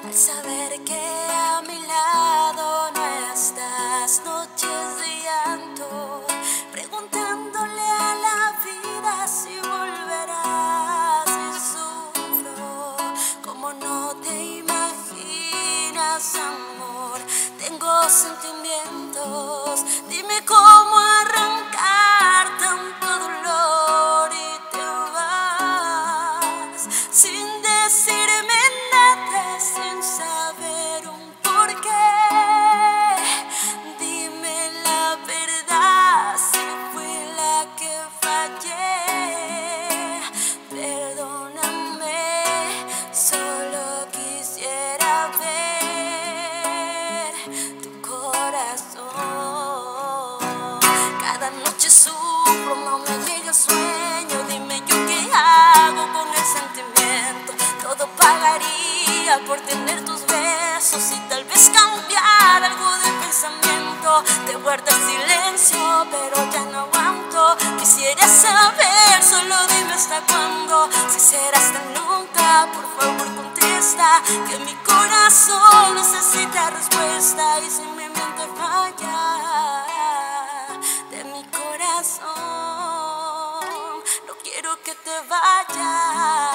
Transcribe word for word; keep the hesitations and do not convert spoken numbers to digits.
al saber que a mi lado no estás. Noches de llanto, preguntándole a la vida si volverás, y sufro como no te imaginas, amor. Tengo sentimientos, dime cómo arrancar tanto dolor y te vas sin decirme nada, sin saber un porqué. Dime la verdad, si fui la que fallé. Perdóname, solo quisiera ver tu corazón. Cada noche sufro, no me llega el sueño. Dime yo qué hago con el sentimiento. Todo pagaría por tener tus besos y tal vez cambiar algo de pensamiento. Te guardas silencio, pero ya no aguanto. Quisiera saber, solo dime hasta cuándo. Si será hasta nunca, por favor contesta, que mi corazón necesita respuesta. Y si mi mente falla de mi corazón, no quiero que te vayas.